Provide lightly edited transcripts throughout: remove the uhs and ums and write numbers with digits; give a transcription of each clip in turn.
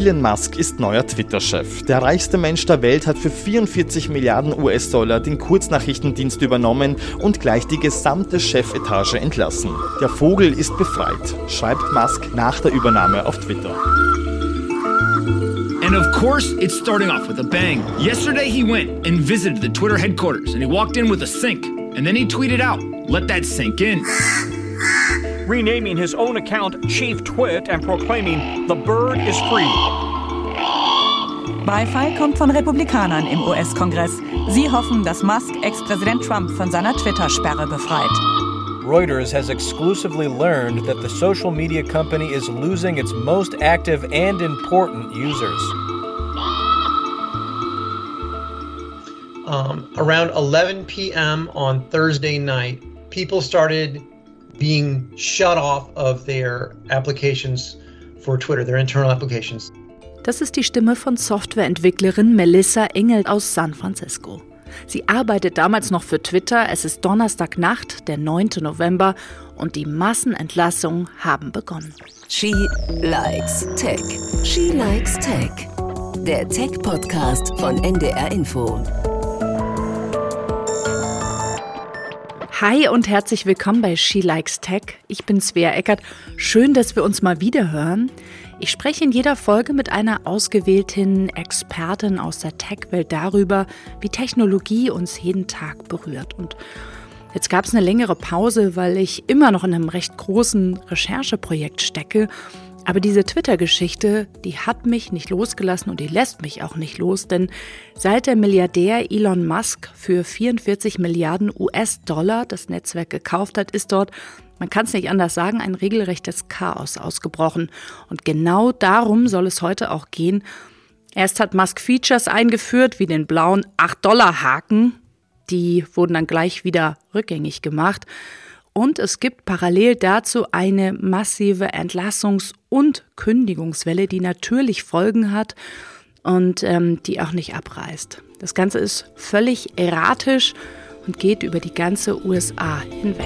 Elon Musk ist neuer Twitter-Chef. Der reichste Mensch der Welt hat für 44 Milliarden US-Dollar den Kurznachrichtendienst übernommen und gleich die gesamte Chefetage entlassen. Der Vogel ist befreit, schreibt Musk nach der Übernahme auf Twitter. And of course, it's starting off with a bang. Yesterday he went and visited the Twitter headquarters and he walked in with a sink. And then he tweeted out, "Let that sink in." Renaming his own account Chief Twit and proclaiming the bird is free. Beifall kommt von Republikanern im US-Kongress. Sie hoffen, dass Musk Ex-Präsident Trump von seiner Twitter-Sperre befreit. Reuters has exclusively learned that the social media company is losing its most active and important users. Around 11 p.m. on Thursday night, people started being shut off of their applications for Twitter, their internal applications. Das ist die Stimme von Softwareentwicklerin Melissa Engel aus San Francisco. Sie arbeitet damals noch für Twitter. Es ist Donnerstagnacht, der 9. November, und die Massenentlassungen haben begonnen. She Likes Tech. She Likes Tech. Der Tech-Podcast von NDR Info. Hi und herzlich willkommen bei She Likes Tech. Ich bin Svea Eckert. Schön, dass wir uns mal wieder hören. Ich spreche in jeder Folge mit einer ausgewählten Expertin aus der Tech-Welt darüber, wie Technologie uns jeden Tag berührt. Und jetzt gab es eine längere Pause, weil ich immer noch in einem recht großen Rechercheprojekt stecke. Aber diese Twitter-Geschichte, die hat mich nicht losgelassen und die lässt mich auch nicht los, denn seit der Milliardär Elon Musk für 44 Milliarden US-Dollar das Netzwerk gekauft hat, ist dort, man kann es nicht anders sagen, ein regelrechtes Chaos ausgebrochen. Und genau darum soll es heute auch gehen. Erst hat Musk Features eingeführt, wie den blauen 8-Dollar-Haken. Die wurden dann gleich wieder rückgängig gemacht. Und es gibt parallel dazu eine massive Entlassungs- und Kündigungswelle, die natürlich Folgen hat und die auch nicht abreißt. Das Ganze ist völlig erratisch und geht über die ganze USA hinweg.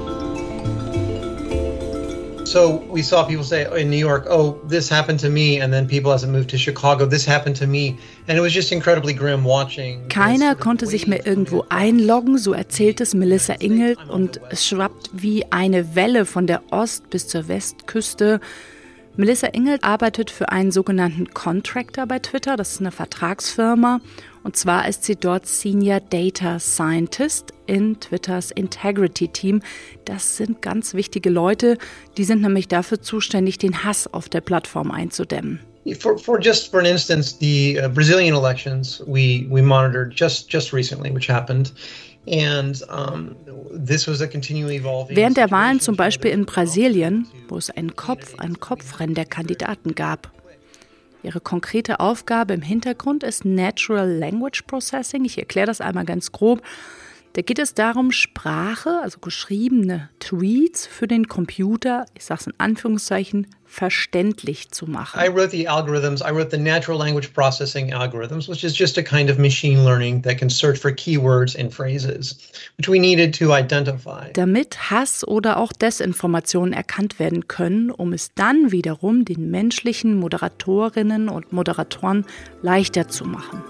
So we saw people say in New York, oh, this happened to me. And then people as it moved to Chicago, this happened to me. And it was just incredibly grim watching. Keiner konnte sich mehr irgendwo einloggen, so erzählt es Melissa Engel. Und es schwappt wie eine Welle von der Ost- bis zur Westküste. Melissa Engel arbeitet für einen sogenannten Contractor bei Twitter. Das ist eine Vertragsfirma. Und zwar ist sie dort Senior Data Scientist in Twitters Integrity Team. Das sind ganz wichtige Leute. Die sind nämlich dafür zuständig, den Hass auf der Plattform einzudämmen. For an instance, the Brazilian elections we monitored just recently, which happened. And this was a continually evolving. Während der Wahlen zum Beispiel in Brasilien, wo es ein Kopf-an-Kopf-Rennen der Kandidaten gab. Ihre konkrete Aufgabe im Hintergrund ist Natural Language Processing. Ich erkläre das einmal ganz grob. Da geht es darum, Sprache, also geschriebene Tweets für den Computer, ich sage es in Anführungszeichen, verständlich zu machen. I wrote the natural language processing algorithms, which is just a kind of machine learning that can search for keywords and phrases, which we needed to identify. Damit Hass oder auch Desinformationen erkannt werden können, um es dann wiederum den menschlichen Moderatorinnen und Moderatoren leichter zu machen.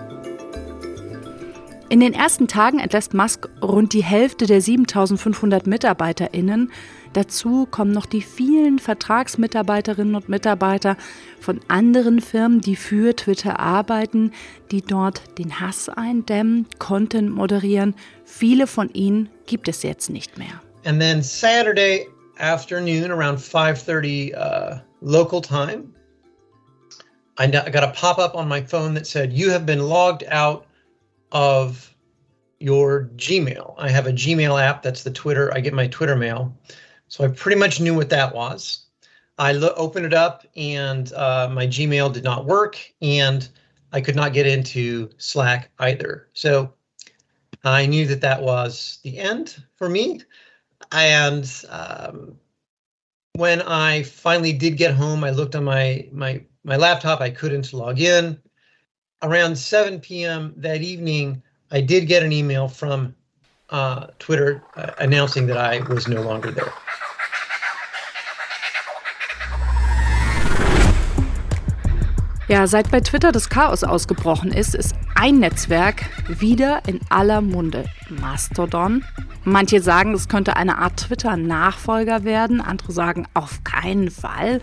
In den ersten Tagen entlässt Musk rund die Hälfte der 7.500 MitarbeiterInnen. Dazu kommen noch die vielen Vertragsmitarbeiterinnen und Mitarbeiter von anderen Firmen, die für Twitter arbeiten, die dort den Hass eindämmen, Content moderieren. Viele von ihnen gibt es jetzt nicht mehr. And then Saturday afternoon around 5:30 local time, I got a pop-up on my phone that said, "You have been logged out of your Gmail." I have a Gmail app, that's the Twitter, I get my Twitter mail. So I pretty much knew what that was. I opened it up and my Gmail did not work and I could not get into Slack either. So I knew that was the end for me. And when I finally did get home, I looked on my laptop, I couldn't log in. Around 7 p.m. that evening, I did get an email from Twitter announcing that I was no longer there. Ja, seit bei Twitter das Chaos ausgebrochen ist, ist ein Netzwerk wieder in aller Munde: Mastodon. Manche sagen, es könnte eine Art Twitter-Nachfolger werden, andere sagen auf keinen Fall.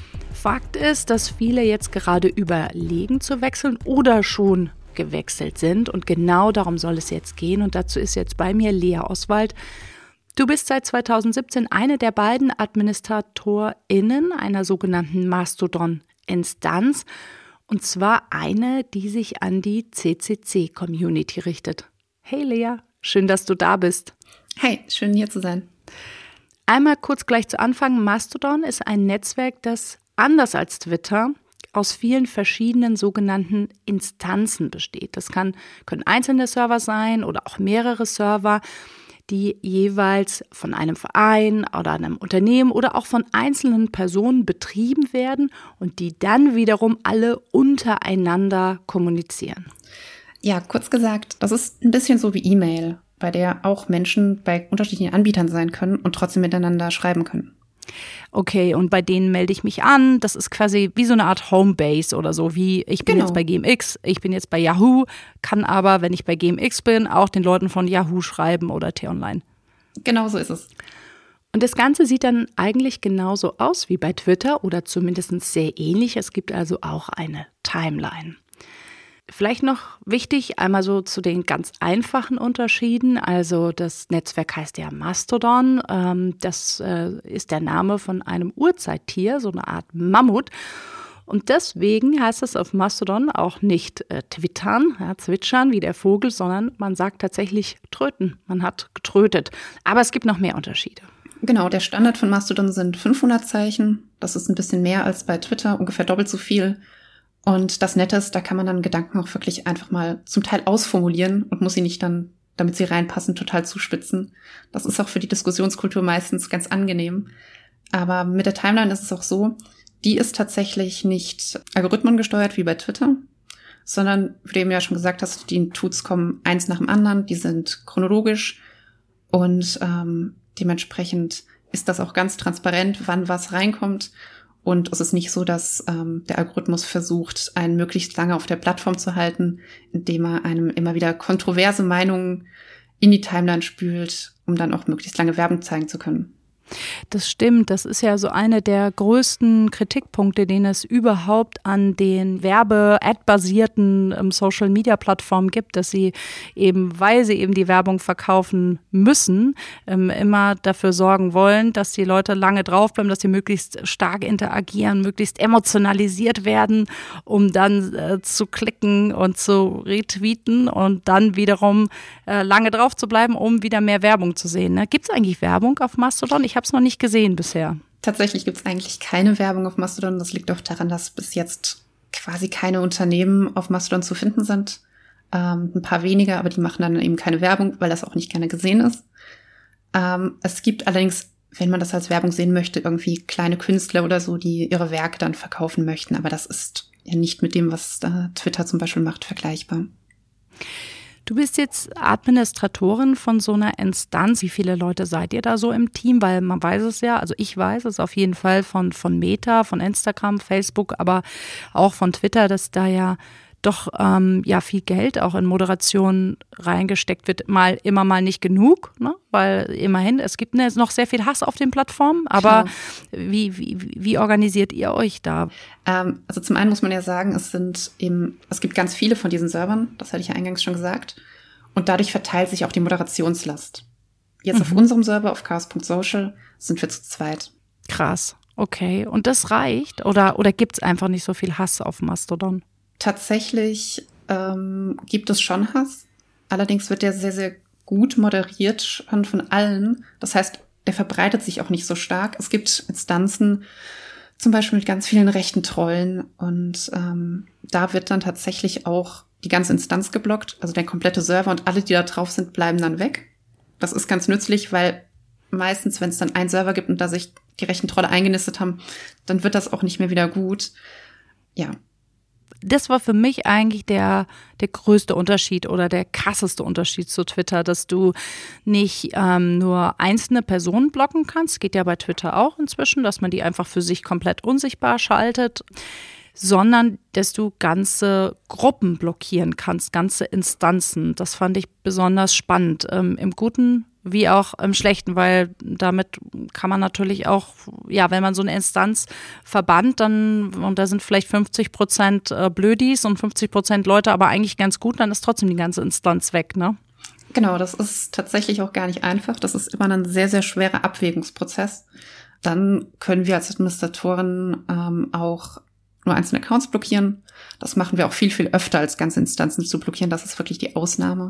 Fakt ist, dass viele jetzt gerade überlegen zu wechseln oder schon gewechselt sind, und genau darum soll es jetzt gehen, und dazu ist jetzt bei mir Lea Oswald. Du bist seit 2017 eine der beiden AdministratorInnen einer sogenannten Mastodon-Instanz, und zwar eine, die sich an die CCC-Community richtet. Hey Lea, schön, dass du da bist. Hey, schön hier zu sein. Einmal kurz gleich zu Anfang: Mastodon ist ein Netzwerk, das anders als Twitter aus vielen verschiedenen sogenannten Instanzen besteht. Das können einzelne Server sein oder auch mehrere Server, die jeweils von einem Verein oder einem Unternehmen oder auch von einzelnen Personen betrieben werden und die dann wiederum alle untereinander kommunizieren. Ja, kurz gesagt, das ist ein bisschen so wie E-Mail, bei der auch Menschen bei unterschiedlichen Anbietern sein können und trotzdem miteinander schreiben können. Okay, und bei denen melde ich mich an. Das ist quasi wie so eine Art Homebase oder so, wie ich bin jetzt bei GMX, ich bin jetzt bei Yahoo, kann aber, wenn ich bei GMX bin, auch den Leuten von Yahoo schreiben oder T-Online. Genau so ist es. Und das Ganze sieht dann eigentlich genauso aus wie bei Twitter oder zumindest sehr ähnlich. Es gibt also auch eine Timeline. Vielleicht noch wichtig, einmal so zu den ganz einfachen Unterschieden. Also das Netzwerk heißt ja Mastodon. Das ist der Name von einem Urzeittier, so eine Art Mammut. Und deswegen heißt es auf Mastodon auch nicht twittern, zwitschern wie der Vogel, sondern man sagt tatsächlich tröten. Man hat getrötet. Aber es gibt noch mehr Unterschiede. Genau, der Standard von Mastodon sind 500 Zeichen. Das ist ein bisschen mehr als bei Twitter, ungefähr doppelt so viel. Und das Nette ist, da kann man dann Gedanken auch wirklich einfach mal zum Teil ausformulieren und muss sie nicht dann, damit sie reinpassen, total zuspitzen. Das ist auch für die Diskussionskultur meistens ganz angenehm. Aber mit der Timeline ist es auch so, die ist tatsächlich nicht algorithmengesteuert wie bei Twitter, sondern, wie du eben ja schon gesagt hast, die Tweets kommen eins nach dem anderen, die sind chronologisch und dementsprechend ist das auch ganz transparent, wann was reinkommt. Und es ist nicht so, dass der Algorithmus versucht, einen möglichst lange auf der Plattform zu halten, indem er einem immer wieder kontroverse Meinungen in die Timeline spült, um dann auch möglichst lange Werbung zeigen zu können. Das stimmt, das ist ja so eine der größten Kritikpunkte, den es überhaupt an den Werbe-Ad-basierten Social-Media-Plattformen gibt, dass sie eben, weil sie eben die Werbung verkaufen müssen, immer dafür sorgen wollen, dass die Leute lange draufbleiben, dass sie möglichst stark interagieren, möglichst emotionalisiert werden, um dann zu klicken und zu retweeten und dann wiederum lange drauf zu bleiben, um wieder mehr Werbung zu sehen. Ne? Gibt es eigentlich Werbung auf Mastodon? Ich habe es noch nicht gesehen bisher. Tatsächlich gibt es eigentlich keine Werbung auf Mastodon. Das liegt auch daran, dass bis jetzt quasi keine Unternehmen auf Mastodon zu finden sind. Ein paar weniger, aber die machen dann eben keine Werbung, weil das auch nicht gerne gesehen ist. Es gibt allerdings, wenn man das als Werbung sehen möchte, irgendwie kleine Künstler oder so, die ihre Werke dann verkaufen möchten. Aber das ist ja nicht mit dem, was Twitter zum Beispiel macht, vergleichbar. Du bist jetzt Administratorin von so einer Instanz. Wie viele Leute seid ihr da so im Team? Weil man weiß es ja, also ich weiß es auf jeden Fall von Meta, von Instagram, Facebook, aber auch von Twitter, dass da ja doch viel Geld auch in Moderation reingesteckt wird. Immer mal nicht genug, ne? Weil immerhin, es gibt noch sehr viel Hass auf den Plattformen. Aber wie organisiert ihr euch da? Also zum einen muss man ja sagen, es gibt ganz viele von diesen Servern, das hatte ich ja eingangs schon gesagt. Und dadurch verteilt sich auch die Moderationslast. Jetzt auf unserem Server, auf chaos.social, sind wir zu zweit. Krass, okay. Und das reicht? Oder gibt es einfach nicht so viel Hass auf Mastodon? Tatsächlich gibt es schon Hass. Allerdings wird der sehr, sehr gut moderiert von allen. Das heißt, der verbreitet sich auch nicht so stark. Es gibt Instanzen, zum Beispiel mit ganz vielen rechten Trollen. Und da wird dann tatsächlich auch die ganze Instanz geblockt. Also der komplette Server und alle, die da drauf sind, bleiben dann weg. Das ist ganz nützlich, weil meistens, wenn es dann einen Server gibt und da sich die rechten Trolle eingenistet haben, dann wird das auch nicht mehr wieder gut. Ja. Das war für mich eigentlich der größte Unterschied oder der krasseste Unterschied zu Twitter, dass du nicht nur einzelne Personen blocken kannst. Geht ja bei Twitter auch inzwischen, dass man die einfach für sich komplett unsichtbar schaltet. sondern dass du ganze Gruppen blockieren kannst, ganze Instanzen. Das fand ich besonders spannend, im Guten wie auch im Schlechten, weil damit kann man natürlich auch, ja, wenn man so eine Instanz verbannt, dann, und da sind vielleicht 50% Blödis und 50% Leute, aber eigentlich ganz gut, dann ist trotzdem die ganze Instanz weg, ne? Genau, das ist tatsächlich auch gar nicht einfach. Das ist immer ein sehr, sehr schwerer Abwägungsprozess. Dann können wir als Administratoren auch nur einzelne Accounts blockieren. Das machen wir auch viel, viel öfter, als ganze Instanzen zu blockieren. Das ist wirklich die Ausnahme.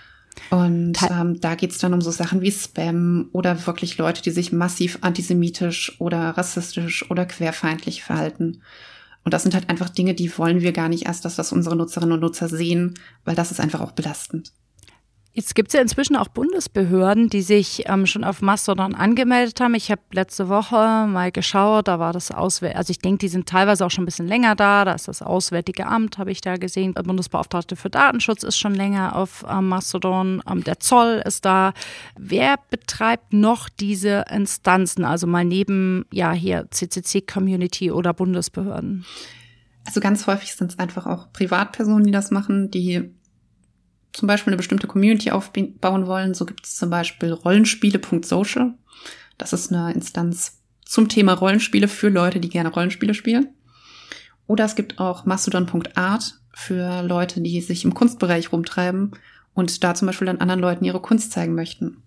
Und da geht's dann um so Sachen wie Spam oder wirklich Leute, die sich massiv antisemitisch oder rassistisch oder querfeindlich verhalten. Und das sind halt einfach Dinge, die wollen wir gar nicht erst, dass das unsere Nutzerinnen und Nutzer sehen, weil das ist einfach auch belastend. Jetzt gibt es ja inzwischen auch Bundesbehörden, die sich schon auf Mastodon angemeldet haben. Ich habe letzte Woche mal geschaut, da war das also ich denke, die sind teilweise auch schon ein bisschen länger da. Da ist das Auswärtige Amt, habe ich da gesehen. Der Bundesbeauftragte für Datenschutz ist schon länger auf Mastodon. Der Zoll ist da. Wer betreibt noch diese Instanzen? Also mal neben, ja, hier CCC-Community oder Bundesbehörden? Also ganz häufig sind es einfach auch Privatpersonen, die das machen, die zum Beispiel eine bestimmte Community aufbauen wollen. So gibt es zum Beispiel rollenspiele.social. Das ist eine Instanz zum Thema Rollenspiele für Leute, die gerne Rollenspiele spielen. Oder es gibt auch mastodon.art für Leute, die sich im Kunstbereich rumtreiben und da zum Beispiel dann anderen Leuten ihre Kunst zeigen möchten.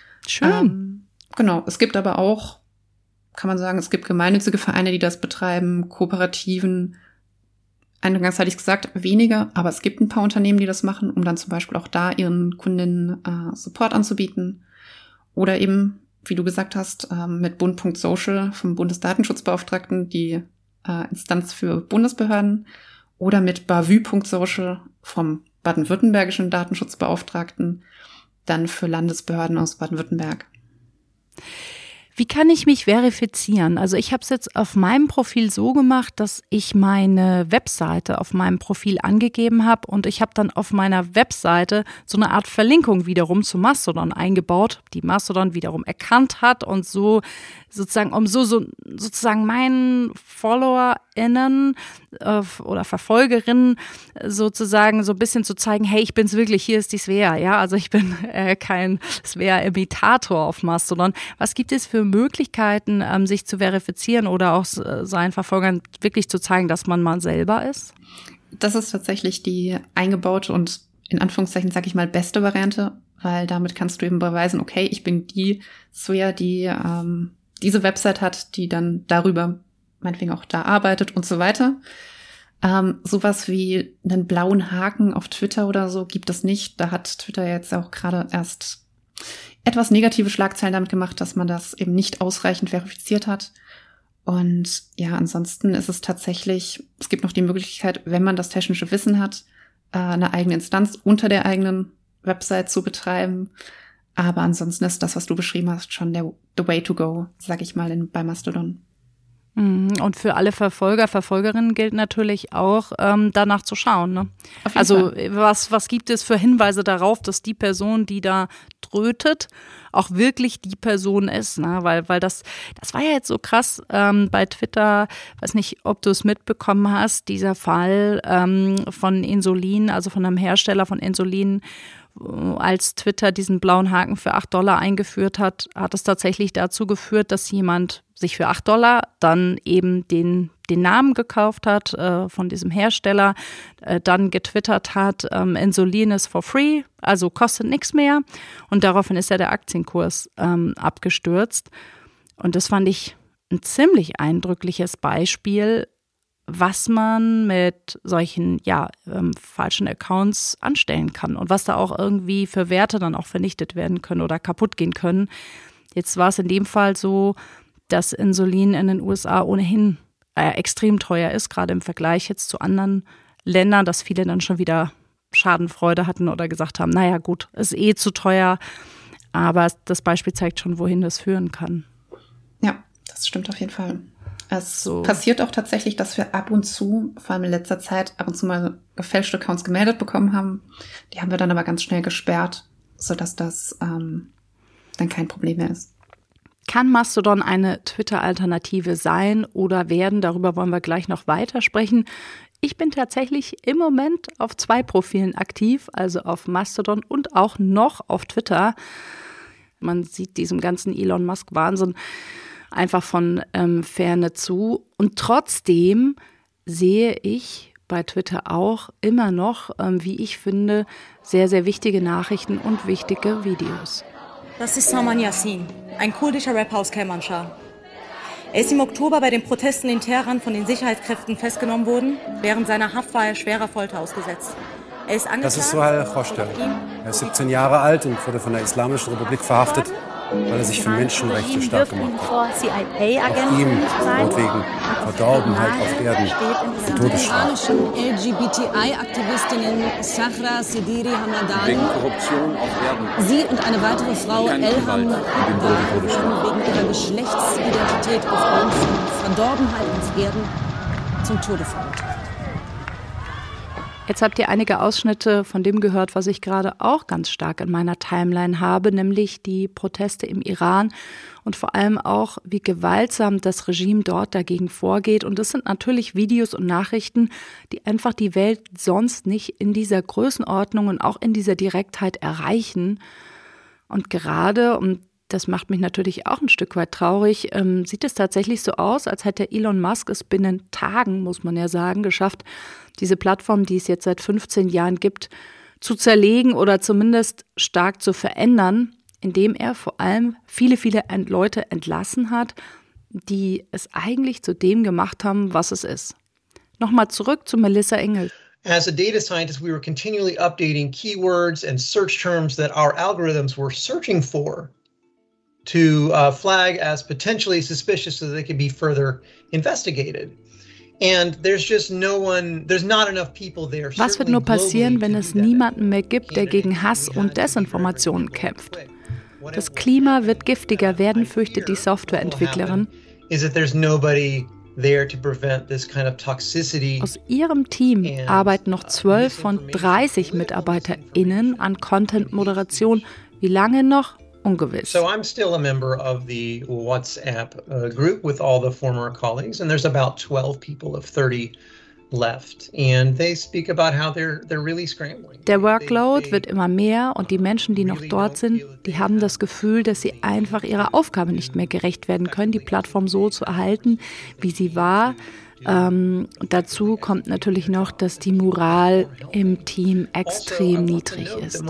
Schön. Genau. Es gibt aber auch, kann man sagen, es gibt gemeinnützige Vereine, die das betreiben, Kooperativen. Eingangs hatte ich gesagt, weniger, aber es gibt ein paar Unternehmen, die das machen, um dann zum Beispiel auch da ihren Kundinnen Support anzubieten. Oder eben, wie du gesagt hast, mit bund.social vom Bundesdatenschutzbeauftragten, die Instanz für Bundesbehörden. Oder mit bavü.social vom baden-württembergischen Datenschutzbeauftragten, dann für Landesbehörden aus Baden-Württemberg. Wie kann ich mich verifizieren? Also ich habe es jetzt auf meinem Profil so gemacht, dass ich meine Webseite auf meinem Profil angegeben habe und ich habe dann auf meiner Webseite so eine Art Verlinkung wiederum zu Mastodon eingebaut, die Mastodon wiederum erkannt hat und so sozusagen, um sozusagen meinen FollowerInnen oder Verfolgerinnen sozusagen so ein bisschen zu zeigen, hey, ich bin's wirklich, hier ist die Svea, ja, also ich bin kein Svea-Imitator auf Mastodon. Was gibt es für Möglichkeiten, sich zu verifizieren oder auch seinen Verfolgern wirklich zu zeigen, dass man mal selber ist? Das ist tatsächlich die eingebaute und in Anführungszeichen, sage ich mal, beste Variante, weil damit kannst du eben beweisen, okay, ich bin die Svea, die diese Website hat, die dann darüber meinetwegen auch da arbeitet und so weiter. Sowas wie einen blauen Haken auf Twitter oder so gibt es nicht. Da hat Twitter jetzt auch gerade erst etwas negative Schlagzeilen damit gemacht, dass man das eben nicht ausreichend verifiziert hat. Und ja, ansonsten ist es tatsächlich, es gibt noch die Möglichkeit, wenn man das technische Wissen hat, eine eigene Instanz unter der eigenen Website zu betreiben. Aber ansonsten ist das, was du beschrieben hast, schon the way to go, sag ich mal, bei Mastodon. Und für alle Verfolger, Verfolgerinnen gilt natürlich auch, danach zu schauen. Ne? Also was gibt es für Hinweise darauf, dass die Person, die da trötet, auch wirklich die Person ist, ne? Weil das war ja jetzt so krass bei Twitter, weiß nicht, ob du es mitbekommen hast, dieser Fall von Insulin, also von einem Hersteller von Insulin. Als Twitter diesen blauen Haken für $8 eingeführt hat, hat es tatsächlich dazu geführt, dass jemand sich für $8 dann eben den Namen gekauft hat von diesem Hersteller, dann getwittert hat, Insulin ist for free, also kostet nichts mehr. Und daraufhin ist ja der Aktienkurs abgestürzt. Und das fand ich ein ziemlich eindrückliches Beispiel, was man mit solchen falschen Accounts anstellen kann und was da auch irgendwie für Werte dann auch vernichtet werden können oder kaputt gehen können. Jetzt war es in dem Fall so, dass Insulin in den USA ohnehin extrem teuer ist, gerade im Vergleich jetzt zu anderen Ländern, dass viele dann schon wieder Schadenfreude hatten oder gesagt haben, naja gut, ist zu teuer, aber das Beispiel zeigt schon, wohin das führen kann. Ja, das stimmt auf jeden Fall. Es passiert auch tatsächlich, dass wir ab und zu, vor allem in letzter Zeit, ab und zu mal gefälschte Accounts gemeldet bekommen haben. Die haben wir dann aber ganz schnell gesperrt, sodass das dann kein Problem mehr ist. Kann Mastodon eine Twitter-Alternative sein oder werden? Darüber wollen wir gleich noch weitersprechen. Ich bin tatsächlich im Moment auf 2 Profilen aktiv, also auf Mastodon und auch noch auf Twitter. Man sieht diesem ganzen Elon Musk-Wahnsinn einfach von Ferne zu. Und trotzdem sehe ich bei Twitter auch immer noch, wie ich finde, sehr, sehr wichtige Nachrichten und wichtige Videos. Das ist Saman Yassin, ein kurdischer Rapper aus Kermanschah. Er ist im Oktober bei den Protesten in Teheran von den Sicherheitskräften festgenommen worden. Während seiner Haft war er schwerer Folter ausgesetzt. Er ist angeklagt. Das ist Suhail Khoshtal. Er ist 17 Jahre alt und wurde von der Islamischen Republik verhaftet, weil er sich für Menschenrechte stark gemacht hat. Auf ihm und wegen Verdorbenheit auf Erden die Todesstrafe. LGBTI-Aktivistinnen Sahra Sediri Hamadan. Wegen Korruption auf Erden. Sie und eine weitere Frau, Elham, wegen ihrer Geschlechtsidentität aufgrund von Verdorbenheit auf Erden zum Tode verurteilt. Jetzt habt ihr einige Ausschnitte von dem gehört, was ich gerade auch ganz stark in meiner Timeline habe, nämlich die Proteste im Iran und vor allem auch, wie gewaltsam das Regime dort dagegen vorgeht. Und das sind natürlich Videos und Nachrichten, die einfach die Welt sonst nicht in dieser Größenordnung und auch in dieser Direktheit erreichen. Und gerade, und das macht mich natürlich auch ein Stück weit traurig, sieht es tatsächlich so aus, als hätte Elon Musk es binnen Tagen, muss man ja sagen, geschafft, diese Plattform, die es jetzt seit 15 Jahren gibt, zu zerlegen oder zumindest stark zu verändern, indem er vor allem viele, viele Leute entlassen hat, die es eigentlich zu dem gemacht haben, was es ist. Nochmal zurück zu Melissa Engel. As a data scientist, we were continually updating keywords and search terms that our algorithms were searching for to flag as potentially suspicious so that they could be further investigated. And there's just there's not enough people there. Was wird nur passieren, wenn es niemanden mehr gibt, der gegen Hass und Desinformationen kämpft? Das Klima wird giftiger werden, fürchtet die Softwareentwicklerin. Aus ihrem Team arbeiten noch 12 von 30 MitarbeiterInnen an Content-Moderation. Wie lange noch? Ungewiss. So I'm still a member of the WhatsApp group with all the former colleagues, and there's about 12 people of 30 left, and they speak about how they're really scrambling. Der Workload wird immer mehr und die Menschen, die noch dort sind, die haben das Gefühl, dass sie einfach ihrer Aufgabe nicht mehr gerecht werden können, die Plattform so zu erhalten, wie sie war. Dazu kommt natürlich noch, dass die Moral im Team extrem niedrig ist.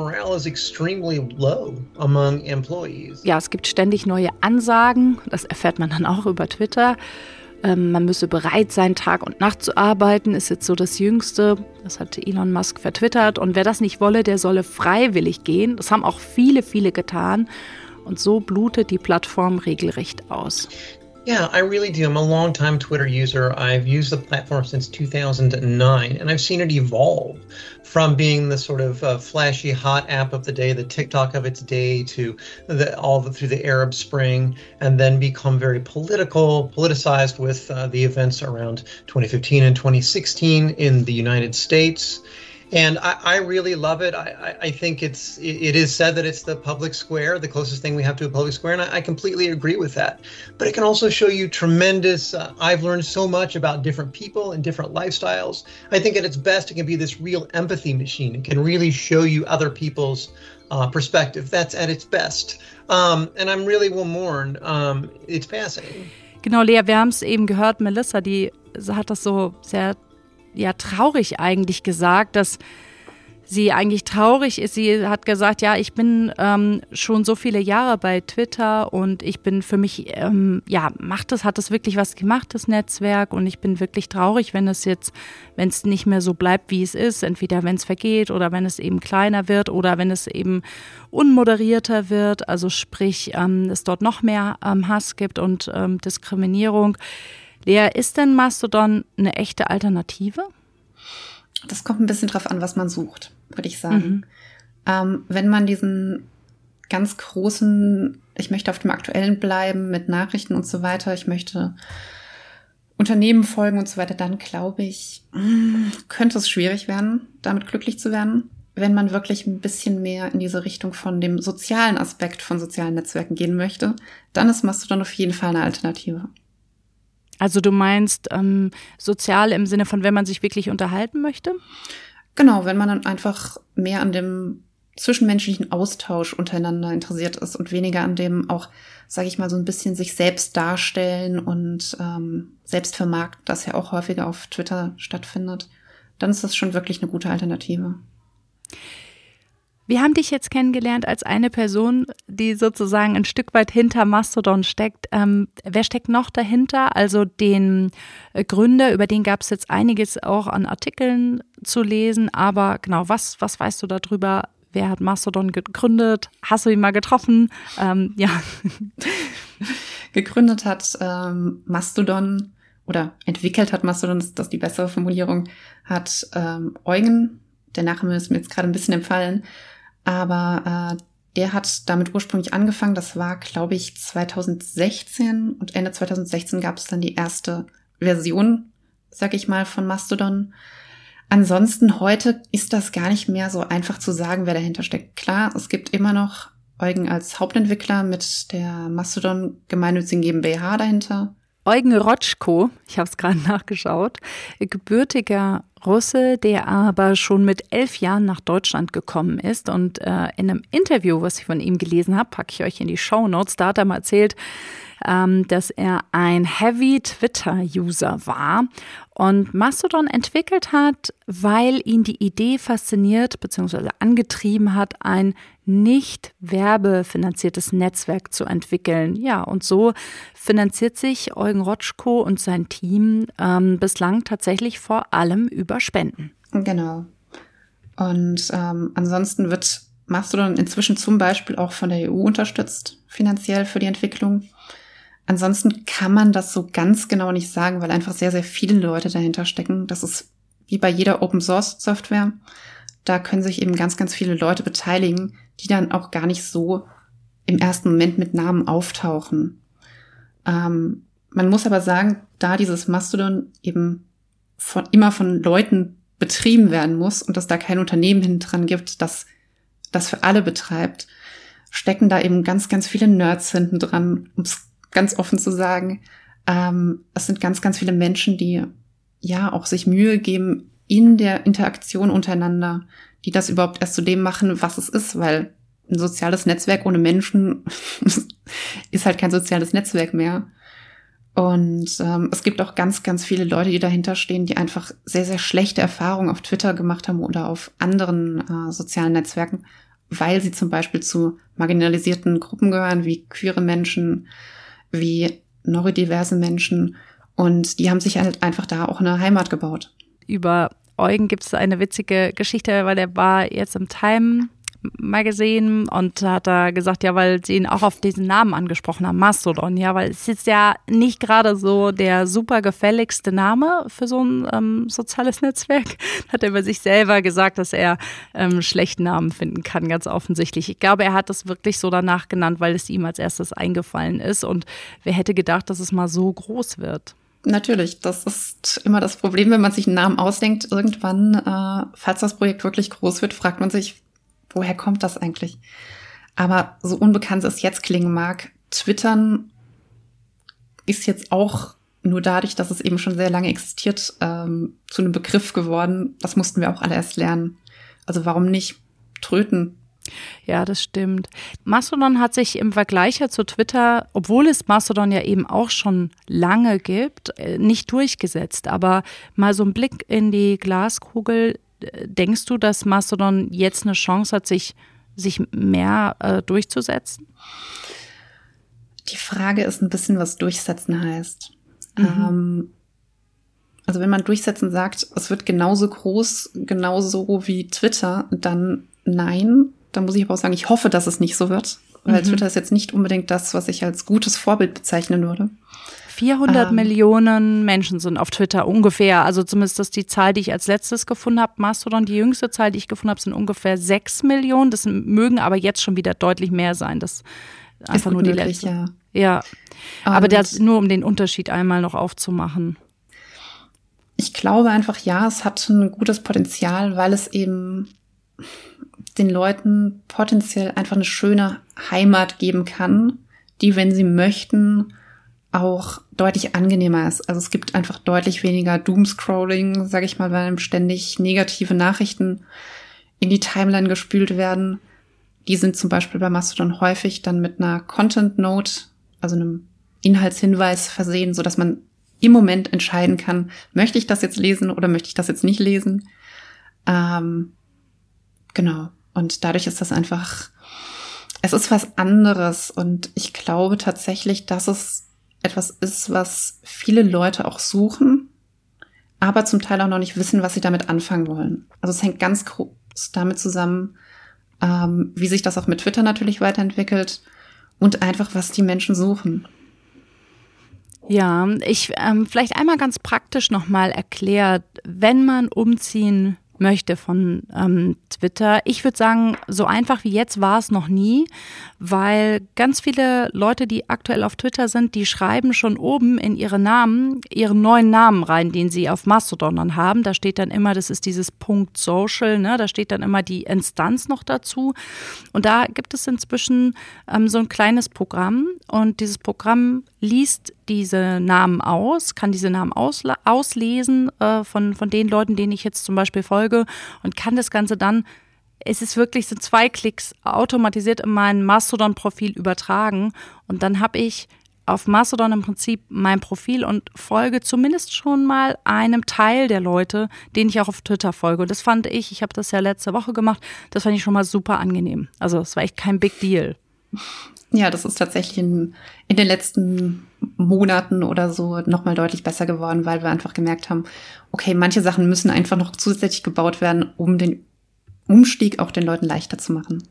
Ja, es gibt ständig neue Ansagen, das erfährt man dann auch über Twitter. Man müsse bereit sein, Tag und Nacht zu arbeiten, ist jetzt so das Jüngste. Das hat Elon Musk vertwittert. Und wer das nicht wolle, der solle freiwillig gehen. Das haben auch viele, viele getan. Und so blutet die Plattform regelrecht aus. Yeah, I really do. I'm a long-time Twitter user. I've used the platform since 2009, and I've seen it evolve from being the sort of flashy, hot app of the day, the TikTok of its day, to through the Arab Spring, and then become very politicized with the events around 2015 and 2016 in the United States. And I really love it. I think it is said that it's the public square, the closest thing we have to a public square, and I completely agree with that. But it can also show you tremendous, I've learned so much about different people and different lifestyles. I think at its best, it can be this real empathy machine. It can really show you other people's perspective. That's at its best. And I'm really will mourn its passing. Genau, Lea, wir haben es eben gehört, Melissa, die hat das so sehr traurig eigentlich gesagt, dass sie eigentlich traurig ist. Sie hat gesagt, ja, ich bin schon so viele Jahre bei Twitter und ich bin für mich, hat es wirklich was gemacht, das Netzwerk, und ich bin wirklich traurig, wenn es nicht mehr so bleibt, wie es ist, entweder wenn es vergeht oder wenn es eben kleiner wird oder wenn es eben unmoderierter wird, also sprich, es dort noch mehr Hass gibt und Diskriminierung. Lea, ist denn Mastodon eine echte Alternative? Das kommt ein bisschen drauf an, was man sucht, würde ich sagen. Wenn man diesen ganz großen, ich möchte auf dem Aktuellen bleiben mit Nachrichten und so weiter, ich möchte Unternehmen folgen und so weiter, dann glaube ich, könnte es schwierig werden, damit glücklich zu werden. wenn man wirklich ein bisschen mehr in diese Richtung von dem sozialen Aspekt von sozialen Netzwerken gehen möchte, dann ist Mastodon auf jeden Fall eine Alternative. Also du meinst sozial im Sinne von, wenn man sich wirklich unterhalten möchte? Genau, wenn man dann einfach mehr an dem zwischenmenschlichen Austausch untereinander interessiert ist und weniger an dem auch, sage ich mal, so ein bisschen sich selbst darstellen und selbst vermarkten, das ja auch häufiger auf Twitter stattfindet, dann ist das schon wirklich eine gute Alternative. Wir haben dich jetzt kennengelernt als eine Person, die sozusagen ein Stück weit hinter Mastodon steckt. Wer steckt noch dahinter? Also den Gründer, über den gab es jetzt einiges auch an Artikeln zu lesen. Aber genau, was weißt du darüber? Wer hat Mastodon gegründet? Hast du ihn mal getroffen? Ja. Gegründet hat Mastodon oder entwickelt hat Mastodon, das ist die bessere Formulierung, hat Eugen, der Nachname ist mir jetzt gerade ein bisschen entfallen, aber der hat damit ursprünglich angefangen, das war, glaube ich, 2016 und Ende 2016 gab es dann die erste Version, sag ich mal, von Mastodon. Ansonsten heute ist das gar nicht mehr so einfach zu sagen, wer dahinter steckt. Klar, es gibt immer noch Eugen als Hauptentwickler mit der Mastodon gemeinnützigen GmbH dahinter. Eugen Rotschko, ich habe es gerade nachgeschaut, gebürtiger Russe, der aber schon mit 11 Jahren nach Deutschland gekommen ist. Und in einem Interview, was ich von ihm gelesen habe, packe ich euch in die Shownotes, da hat er mal erzählt, dass er ein Heavy Twitter-User war und Mastodon entwickelt hat, weil ihn die Idee fasziniert bzw. angetrieben hat, ein nicht werbefinanziertes Netzwerk zu entwickeln. Ja, und so finanziert sich Eugen Rotschko und sein Team bislang tatsächlich vor allem über Spenden. Genau. Und ansonsten wird Mastodon inzwischen zum Beispiel auch von der EU unterstützt, finanziell für die Entwicklung. Ansonsten kann man das so ganz genau nicht sagen, weil einfach sehr, sehr viele Leute dahinter stecken. Das ist wie bei jeder Open-Source-Software. Da können sich eben ganz, ganz viele Leute beteiligen, die dann auch gar nicht so im ersten Moment mit Namen auftauchen. Man muss aber sagen, da dieses Mastodon eben immer von Leuten betrieben werden muss und es da kein Unternehmen hinten dran gibt, das das für alle betreibt, stecken da eben ganz, ganz viele Nerds hinten dran, um es ganz offen zu sagen. Es sind ganz, ganz viele Menschen, die ja auch sich Mühe geben in der Interaktion untereinander, die das überhaupt erst zu dem machen, was es ist, weil ein soziales Netzwerk ohne Menschen ist halt kein soziales Netzwerk mehr. Und es gibt auch ganz, ganz viele Leute, die dahinter stehen, die einfach sehr, sehr schlechte Erfahrungen auf Twitter gemacht haben oder auf anderen sozialen Netzwerken, weil sie zum Beispiel zu marginalisierten Gruppen gehören, wie queere Menschen, wie neurodiverse Menschen. Und die haben sich halt einfach da auch eine Heimat gebaut. Über Eugen gibt es eine witzige Geschichte, weil er war jetzt im Time Magazine und hat da gesagt, ja, weil sie ihn auch auf diesen Namen angesprochen haben, Mastodon, ja, weil es ist ja nicht gerade so der super gefälligste Name für so ein soziales Netzwerk. Hat er über sich selber gesagt, dass er schlechten Namen finden kann, ganz offensichtlich. Ich glaube, er hat das wirklich so danach genannt, weil es ihm als erstes eingefallen ist und wer hätte gedacht, dass es mal so groß wird. Natürlich, das ist immer das Problem, wenn man sich einen Namen ausdenkt. Irgendwann, falls das Projekt wirklich groß wird, fragt man sich, woher kommt das eigentlich? Aber so unbekannt es jetzt klingen mag, Twittern ist jetzt auch nur dadurch, dass es eben schon sehr lange existiert, zu einem Begriff geworden. Das mussten wir auch alle erst lernen. Also warum nicht tröten? Ja, das stimmt. Mastodon hat sich im Vergleich zu Twitter, obwohl es Mastodon ja eben auch schon lange gibt, nicht durchgesetzt. Aber mal so ein Blick in die Glaskugel. Denkst du, dass Mastodon jetzt eine Chance hat, sich mehr durchzusetzen? Die Frage ist ein bisschen, was durchsetzen heißt. Also wenn man durchsetzen sagt, es wird genauso groß, genauso wie Twitter, dann nein. Dann muss ich aber auch sagen, ich hoffe, dass es nicht so wird. Weil Twitter ist jetzt nicht unbedingt das, was ich als gutes Vorbild bezeichnen würde. 400 Millionen Menschen sind auf Twitter ungefähr, also zumindest das ist die Zahl, die ich als letztes gefunden habe. Mastodon, die jüngste Zahl, die ich gefunden habe, sind ungefähr 6 Millionen. Das mögen aber jetzt schon wieder deutlich mehr sein. Das ist einfach nur die möglich, letzte. Ja. Aber das nur, um den Unterschied einmal noch aufzumachen. Ich glaube einfach, ja, es hat ein gutes Potenzial, weil es eben den Leuten potenziell einfach eine schöne Heimat geben kann, die, wenn sie möchten, auch deutlich angenehmer ist. Also es gibt einfach deutlich weniger Doomscrolling, sage ich mal, weil einem ständig negative Nachrichten in die Timeline gespült werden. Die sind zum Beispiel bei Mastodon häufig dann mit einer Content Note, also einem Inhaltshinweis versehen, sodass man im Moment entscheiden kann, möchte ich das jetzt lesen oder möchte ich das jetzt nicht lesen. Genau. Und dadurch ist das einfach, es ist was anderes. Und ich glaube tatsächlich, dass es etwas ist, was viele Leute auch suchen, aber zum Teil auch noch nicht wissen, was sie damit anfangen wollen. Also es hängt ganz groß damit zusammen, wie sich das auch mit Twitter natürlich weiterentwickelt und einfach, was die Menschen suchen. Ja, ich vielleicht einmal ganz praktisch nochmal erklärt, wenn man umziehen möchte von Twitter. Ich würde sagen, so einfach wie jetzt war es noch nie, weil ganz viele Leute, die aktuell auf Twitter sind, die schreiben schon oben in ihre Namen, ihren neuen Namen rein, den sie auf Mastodon dann haben. Da steht dann immer, das ist dieses .social, ne? Da steht dann immer die Instanz noch dazu. Und da gibt es inzwischen so ein kleines Programm und dieses Programm liest diese Namen aus, kann diese Namen auslesen von den Leuten, denen ich jetzt zum Beispiel folge und kann das Ganze dann, es ist wirklich, sind 2 Klicks automatisiert in mein Mastodon-Profil übertragen und dann habe ich auf Mastodon im Prinzip mein Profil und folge zumindest schon mal einem Teil der Leute, denen ich auch auf Twitter folge. Und das fand ich habe das ja letzte Woche gemacht, das fand ich schon mal super angenehm. Also es war echt kein Big Deal. Ja, das ist tatsächlich in den letzten Monaten oder so nochmal deutlich besser geworden, weil wir einfach gemerkt haben, okay, manche Sachen müssen einfach noch zusätzlich gebaut werden, um den Umstieg auch den Leuten leichter zu machen.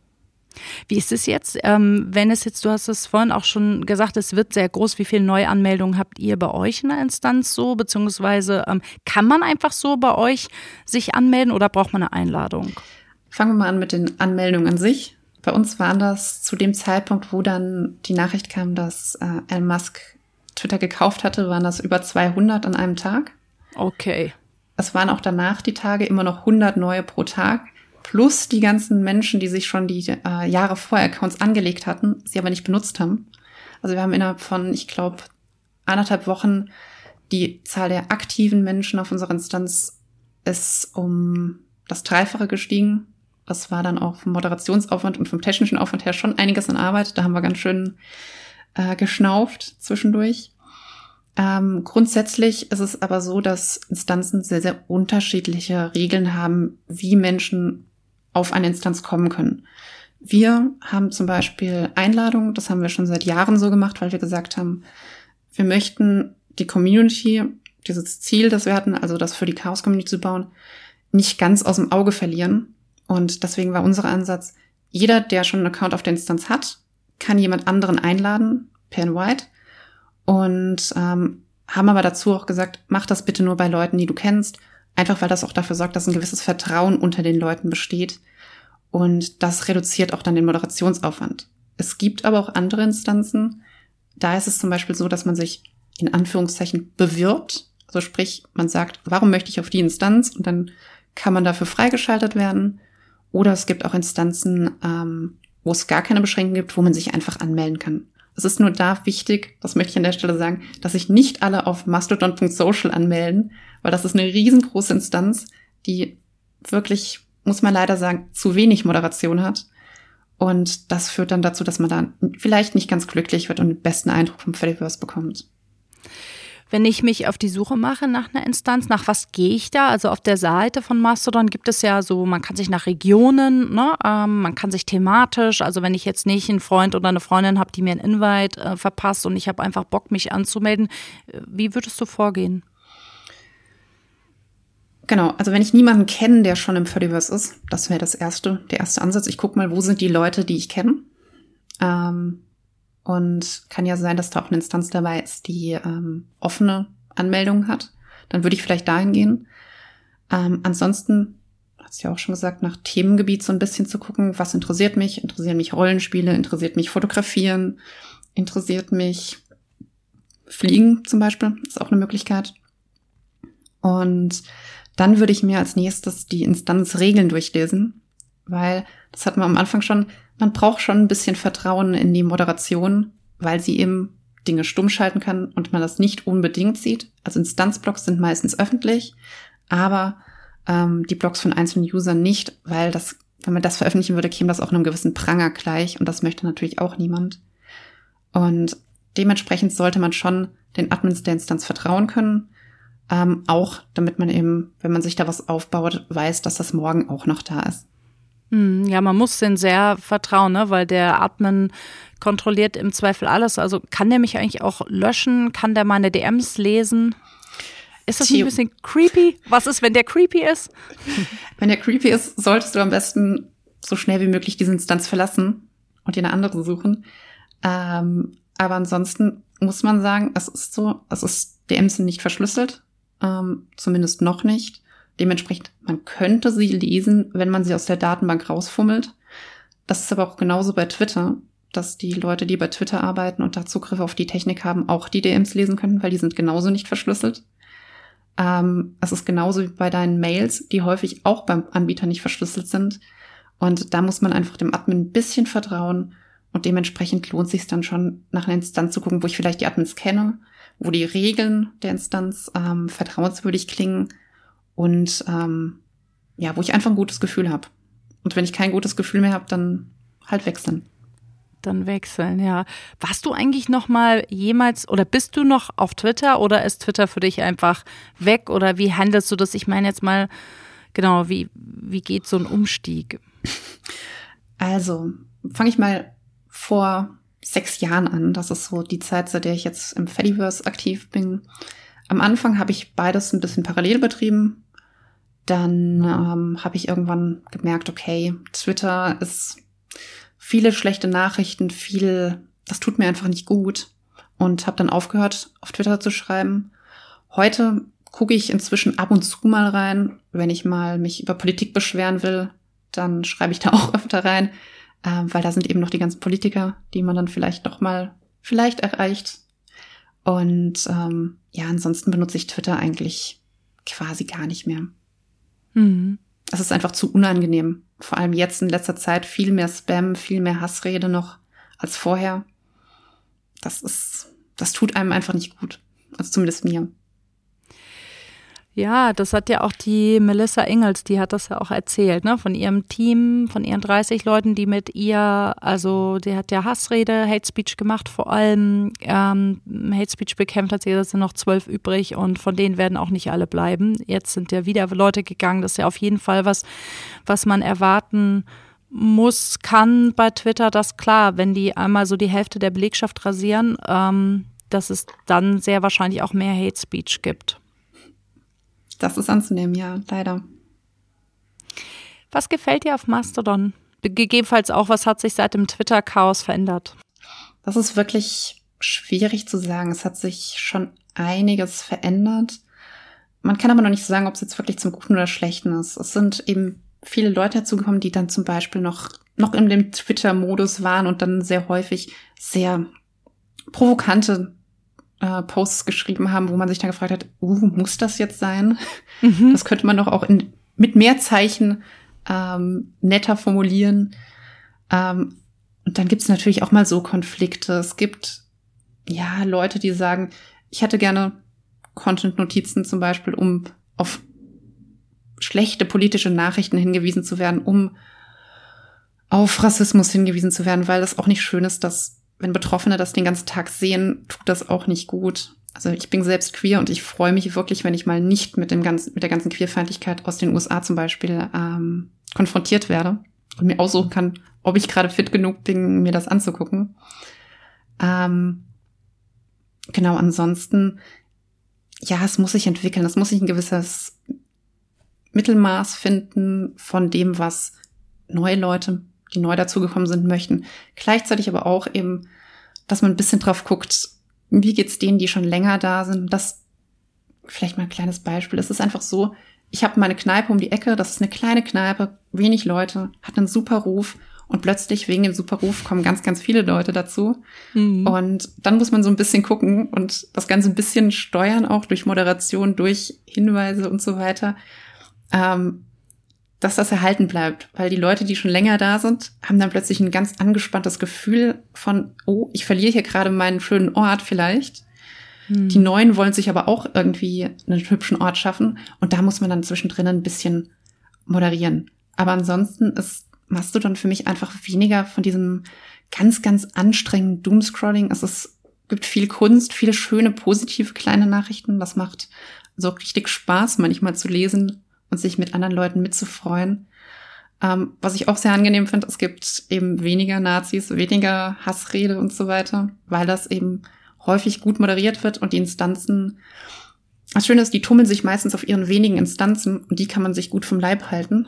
Wie ist es jetzt, wenn es jetzt, du hast es vorhin auch schon gesagt, es wird sehr groß, wie viele Neuanmeldungen habt ihr bei euch in der Instanz so, beziehungsweise kann man einfach so bei euch sich anmelden oder braucht man eine Einladung? Fangen wir mal an mit den Anmeldungen an sich. Bei uns waren das zu dem Zeitpunkt, wo dann die Nachricht kam, dass Elon Musk Twitter gekauft hatte, waren das über 200 an einem Tag. Okay. Es waren auch danach die Tage immer noch 100 neue pro Tag, plus die ganzen Menschen, die sich schon die Jahre vorher Accounts angelegt hatten, sie aber nicht benutzt haben. Also wir haben innerhalb von, ich glaube, 1,5 Wochen die Zahl der aktiven Menschen auf unserer Instanz ist um das 3-fache gestiegen. Das war dann auch vom Moderationsaufwand und vom technischen Aufwand her schon einiges an Arbeit. Da haben wir ganz schön geschnauft zwischendurch. Grundsätzlich ist es aber so, dass Instanzen sehr, sehr unterschiedliche Regeln haben, wie Menschen auf eine Instanz kommen können. Wir haben zum Beispiel Einladungen, das haben wir schon seit Jahren so gemacht, weil wir gesagt haben, wir möchten die Community, dieses Ziel, das wir hatten, also das für die Chaos-Community zu bauen, nicht ganz aus dem Auge verlieren. Und deswegen war unser Ansatz, jeder, der schon einen Account auf der Instanz hat, kann jemand anderen einladen, per Invite. Und haben aber dazu auch gesagt, mach das bitte nur bei Leuten, die du kennst. Einfach, weil das auch dafür sorgt, dass ein gewisses Vertrauen unter den Leuten besteht. Und das reduziert auch dann den Moderationsaufwand. Es gibt aber auch andere Instanzen. Da ist es zum Beispiel so, dass man sich in Anführungszeichen bewirbt. Also sprich, man sagt, warum möchte ich auf die Instanz? Und dann kann man dafür freigeschaltet werden. Oder es gibt auch Instanzen, wo es gar keine Beschränkung gibt, wo man sich einfach anmelden kann. Es ist nur da wichtig, das möchte ich an der Stelle sagen, dass sich nicht alle auf mastodon.social anmelden, weil das ist eine riesengroße Instanz, die wirklich, muss man leider sagen, zu wenig Moderation hat. Und das führt dann dazu, dass man da vielleicht nicht ganz glücklich wird und den besten Eindruck vom Fediverse bekommt. Wenn ich mich auf die Suche mache nach einer Instanz, nach was gehe ich da? Also auf der Seite von Mastodon gibt es ja so, man kann sich nach Regionen, ne? Man kann sich thematisch, also wenn ich jetzt nicht einen Freund oder eine Freundin habe, die mir einen Invite verpasst und ich habe einfach Bock, mich anzumelden, wie würdest du vorgehen? Genau, also wenn ich niemanden kenne, der schon im Fediverse ist, das wäre der erste Ansatz. Ich gucke mal, wo sind die Leute, die ich kenne. Und kann ja sein, dass da auch eine Instanz dabei ist, die offene Anmeldungen hat. Dann würde ich vielleicht dahin gehen. Ansonsten, hast du ja auch schon gesagt, nach Themengebiet so ein bisschen zu gucken, was interessiert mich? Interessieren mich Rollenspiele? Interessiert mich Fotografieren? Interessiert mich Fliegen zum Beispiel? Ist auch eine Möglichkeit. Und Dann würde ich mir als nächstes die Instanzregeln durchlesen, weil, das hatten wir am Anfang schon, man braucht schon ein bisschen Vertrauen in die Moderation, weil sie eben Dinge stumm schalten kann und man das nicht unbedingt sieht. Also Instanzblogs sind meistens öffentlich, aber die Blogs von einzelnen Usern nicht, weil das, wenn man das veröffentlichen würde, käme das auch einem gewissen Pranger gleich und das möchte natürlich auch niemand. Und dementsprechend sollte man schon den Admins der Instanz vertrauen können, auch damit man eben, wenn man sich da was aufbaut, weiß, dass das morgen auch noch da ist. Ja, man muss denen sehr vertrauen, ne? Weil der Admin kontrolliert im Zweifel alles. Also kann der mich eigentlich auch löschen? Kann der meine DMs lesen? Ist das ein bisschen creepy? Was ist, wenn der creepy ist? Wenn der creepy ist, solltest du am besten so schnell wie möglich diese Instanz verlassen und dir eine andere suchen. Aber ansonsten muss man sagen, es ist so, DMs sind nicht verschlüsselt, zumindest noch nicht. Dementsprechend, man könnte sie lesen, wenn man sie aus der Datenbank rausfummelt. Das ist aber auch genauso bei Twitter, dass die Leute, die bei Twitter arbeiten und da Zugriff auf die Technik haben, auch die DMs lesen können, weil die sind genauso nicht verschlüsselt. Es ist genauso wie bei deinen Mails, die häufig auch beim Anbieter nicht verschlüsselt sind. Und da muss man einfach dem Admin ein bisschen vertrauen und dementsprechend lohnt es sich dann schon, nach einer Instanz zu gucken, wo ich vielleicht die Admins kenne, wo die Regeln der Instanz vertrauenswürdig klingen und wo ich einfach ein gutes Gefühl habe. Und wenn ich kein gutes Gefühl mehr habe, dann halt wechseln. Dann wechseln, ja. Warst du eigentlich noch mal jemals oder bist du noch auf Twitter oder ist Twitter für dich einfach weg oder wie handelst du das? Ich meine jetzt mal, genau, wie geht so ein Umstieg? Also, fange ich mal vor 6 Jahren an. Das ist so die Zeit, seit der ich jetzt im Fediverse aktiv bin. Am Anfang habe ich beides ein bisschen parallel betrieben. Dann habe ich irgendwann gemerkt, okay, Twitter ist viele schlechte Nachrichten, das tut mir einfach nicht gut und habe dann aufgehört, auf Twitter zu schreiben. Heute gucke ich inzwischen ab und zu mal rein, wenn ich mal mich über Politik beschweren will, dann schreibe ich da auch öfter rein, weil da sind eben noch die ganzen Politiker, die man dann vielleicht erreicht. Und ansonsten benutze ich Twitter eigentlich quasi gar nicht mehr. Mhm. Es ist einfach zu unangenehm. Vor allem jetzt in letzter Zeit viel mehr Spam, viel mehr Hassrede noch als vorher. Das tut einem einfach nicht gut. Also zumindest mir. Ja, das hat ja auch die Melissa Ingels, die hat das ja auch erzählt, ne, von ihrem Team, von ihren 30 Leuten, die mit ihr, also die hat ja Hassrede, Hate Speech gemacht, vor allem Hate Speech bekämpft hat sie, da sind noch 12 übrig und von denen werden auch nicht alle bleiben. Jetzt sind ja wieder Leute gegangen, das ist ja auf jeden Fall was man erwarten kann bei Twitter, dass klar, wenn die einmal so die Hälfte der Belegschaft rasieren, dass es dann sehr wahrscheinlich auch mehr Hate Speech gibt. Das ist anzunehmen, ja, leider. Was gefällt dir auf Mastodon? Gegebenenfalls auch, was hat sich seit dem Twitter-Chaos verändert? Das ist wirklich schwierig zu sagen. Es hat sich schon einiges verändert. Man kann aber noch nicht sagen, ob es jetzt wirklich zum Guten oder Schlechten ist. Es sind eben viele Leute dazugekommen, die dann zum Beispiel noch in dem Twitter-Modus waren und dann sehr häufig sehr provokante Posts geschrieben haben, wo man sich dann gefragt hat, muss das jetzt sein? Mhm. Das könnte man doch auch mit mehr Zeichen netter formulieren. Und dann gibt es natürlich auch mal so Konflikte. Es gibt ja Leute, die sagen, ich hätte gerne Content-Notizen zum Beispiel, um auf schlechte politische Nachrichten hingewiesen zu werden, um auf Rassismus hingewiesen zu werden, weil das auch nicht schön ist, dass wenn Betroffene das den ganzen Tag sehen, tut das auch nicht gut. Also ich bin selbst queer und ich freue mich wirklich, wenn ich mal nicht mit der ganzen Queerfeindlichkeit aus den USA zum Beispiel konfrontiert werde und mir aussuchen kann, ob ich gerade fit genug bin, mir das anzugucken. Genau, ansonsten, ja, es muss sich entwickeln. Es muss sich ein gewisses Mittelmaß finden von dem, was neue Leute, die neu dazugekommen sind, möchten. Gleichzeitig aber auch eben, dass man ein bisschen drauf guckt, wie geht's denen, die schon länger da sind. Das, vielleicht mal ein kleines Beispiel. Es ist einfach so, ich habe meine Kneipe um die Ecke, das ist eine kleine Kneipe, wenig Leute, hat einen super Ruf und plötzlich wegen dem super Ruf kommen ganz, ganz viele Leute dazu. Mhm. Und dann muss man so ein bisschen gucken und das Ganze ein bisschen steuern, auch durch Moderation, durch Hinweise und so weiter. dass das erhalten bleibt. Weil die Leute, die schon länger da sind, haben dann plötzlich ein ganz angespanntes Gefühl von, oh, ich verliere hier gerade meinen schönen Ort vielleicht. Die Neuen wollen sich aber auch irgendwie einen hübschen Ort schaffen. Und da muss man dann zwischendrin ein bisschen moderieren. Aber ansonsten ist Mastodon für mich einfach weniger von diesem ganz, ganz anstrengenden Doomscrolling. Es gibt viel Kunst, viele schöne, positive kleine Nachrichten. Das macht so richtig Spaß, manchmal zu lesen und sich mit anderen Leuten mitzufreuen. Was ich auch sehr angenehm finde, es gibt eben weniger Nazis, weniger Hassrede und so weiter, weil das eben häufig gut moderiert wird und die Instanzen, das Schöne ist, die tummeln sich meistens auf ihren wenigen Instanzen und die kann man sich gut vom Leib halten.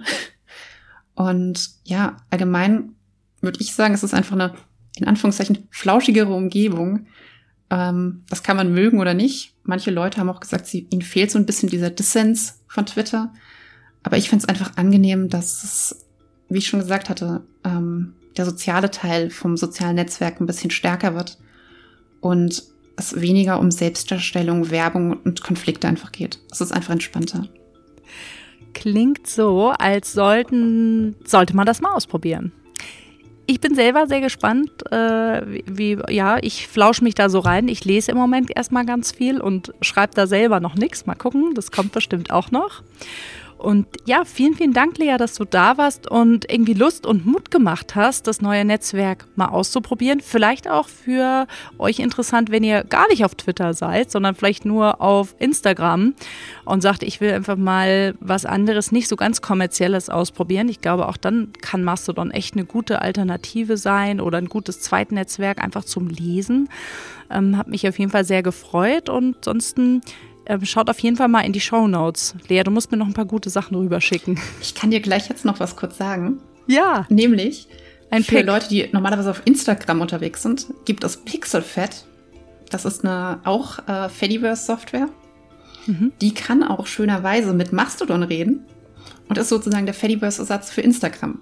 Und ja, allgemein würde ich sagen, es ist einfach eine, in Anführungszeichen, flauschigere Umgebung. Das kann man mögen oder nicht. Manche Leute haben auch gesagt, ihnen fehlt so ein bisschen dieser Dissens von Twitter. Aber ich finde es einfach angenehm, dass es, wie ich schon gesagt hatte, der soziale Teil vom sozialen Netzwerk ein bisschen stärker wird und es weniger um Selbstdarstellung, Werbung und Konflikte einfach geht. Es ist einfach entspannter. Klingt so, als sollte man das mal ausprobieren. Ich bin selber sehr gespannt, ich flausche mich da so rein. Ich lese im Moment erstmal ganz viel und schreibe da selber noch nichts. Mal gucken, das kommt bestimmt auch noch. Und ja, vielen, vielen Dank, Lea, dass du da warst und irgendwie Lust und Mut gemacht hast, das neue Netzwerk mal auszuprobieren. Vielleicht auch für euch interessant, wenn ihr gar nicht auf Twitter seid, sondern vielleicht nur auf Instagram und sagt, ich will einfach mal was anderes, nicht so ganz Kommerzielles ausprobieren. Ich glaube, auch dann kann Mastodon echt eine gute Alternative sein oder ein gutes Zweitnetzwerk einfach zum Lesen. Hat mich auf jeden Fall sehr gefreut und ansonsten schaut auf jeden Fall mal in die Shownotes. Lea, du musst mir noch ein paar gute Sachen rüberschicken. Ich kann dir gleich jetzt noch was kurz sagen. Ja. Nämlich, für Pick. Leute, die normalerweise auf Instagram unterwegs sind, gibt es Pixelfed. Das ist auch Fediverse-Software. Die kann auch schönerweise mit Mastodon reden und ist sozusagen der Fediverse-Ersatz für Instagram.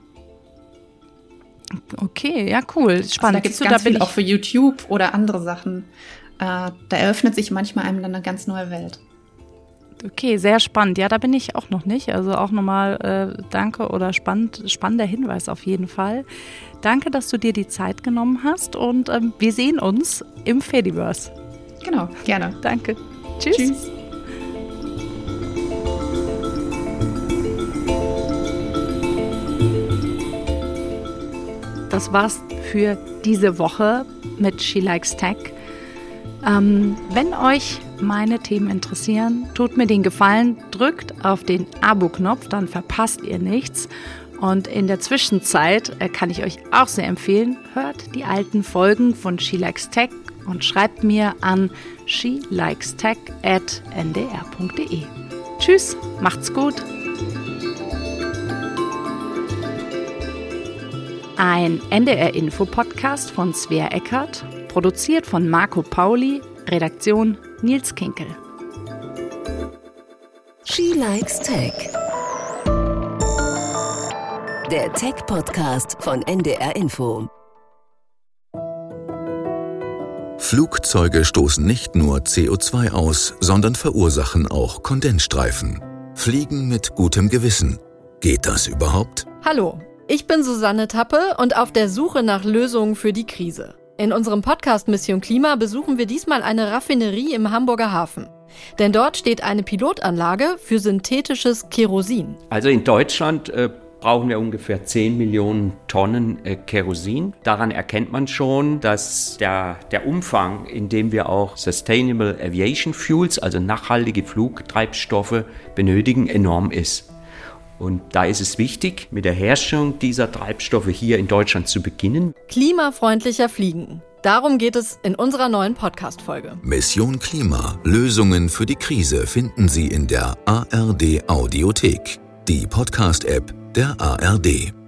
Okay, ja, cool. Spannend. Also da gibt es ganz viel auch für YouTube oder andere Sachen. Da eröffnet sich manchmal einem dann eine ganz neue Welt. Okay, sehr spannend. Ja, da bin ich auch noch nicht. Also auch nochmal danke oder spannender Hinweis auf jeden Fall. Danke, dass du dir die Zeit genommen hast und wir sehen uns im Fediverse. Genau, gerne. Danke. Tschüss. Tschüss. Das war's für diese Woche mit She Likes Tech. Wenn euch meine Themen interessieren, tut mir den Gefallen, drückt auf den Abo-Knopf, dann verpasst ihr nichts. Und in der Zwischenzeit kann ich euch auch sehr empfehlen, hört die alten Folgen von She Likes Tech und schreibt mir an shelikestech@ndr.de. Tschüss, macht's gut. Ein NDR-Info-Podcast von Svea Eckert, produziert von Marco Pauli, Redaktion Nils Kinkel. She Likes Tech. Der Tech-Podcast von NDR Info. Flugzeuge stoßen nicht nur CO2 aus, sondern verursachen auch Kondensstreifen. Fliegen mit gutem Gewissen. Geht das überhaupt? Hallo, ich bin Susanne Tappe und auf der Suche nach Lösungen für die Krise. In unserem Podcast Mission Klima besuchen wir diesmal eine Raffinerie im Hamburger Hafen. Denn dort steht eine Pilotanlage für synthetisches Kerosin. Also in Deutschland brauchen wir ungefähr 10 Millionen Tonnen Kerosin. Daran erkennt man schon, dass der Umfang, in dem wir auch Sustainable Aviation Fuels, also nachhaltige Flugtreibstoffe, benötigen, enorm ist. Und da ist es wichtig, mit der Herstellung dieser Treibstoffe hier in Deutschland zu beginnen. Klimafreundlicher Fliegen. Darum geht es in unserer neuen Podcast-Folge. Mission Klima. Lösungen für die Krise finden Sie in der ARD Audiothek, die Podcast-App der ARD.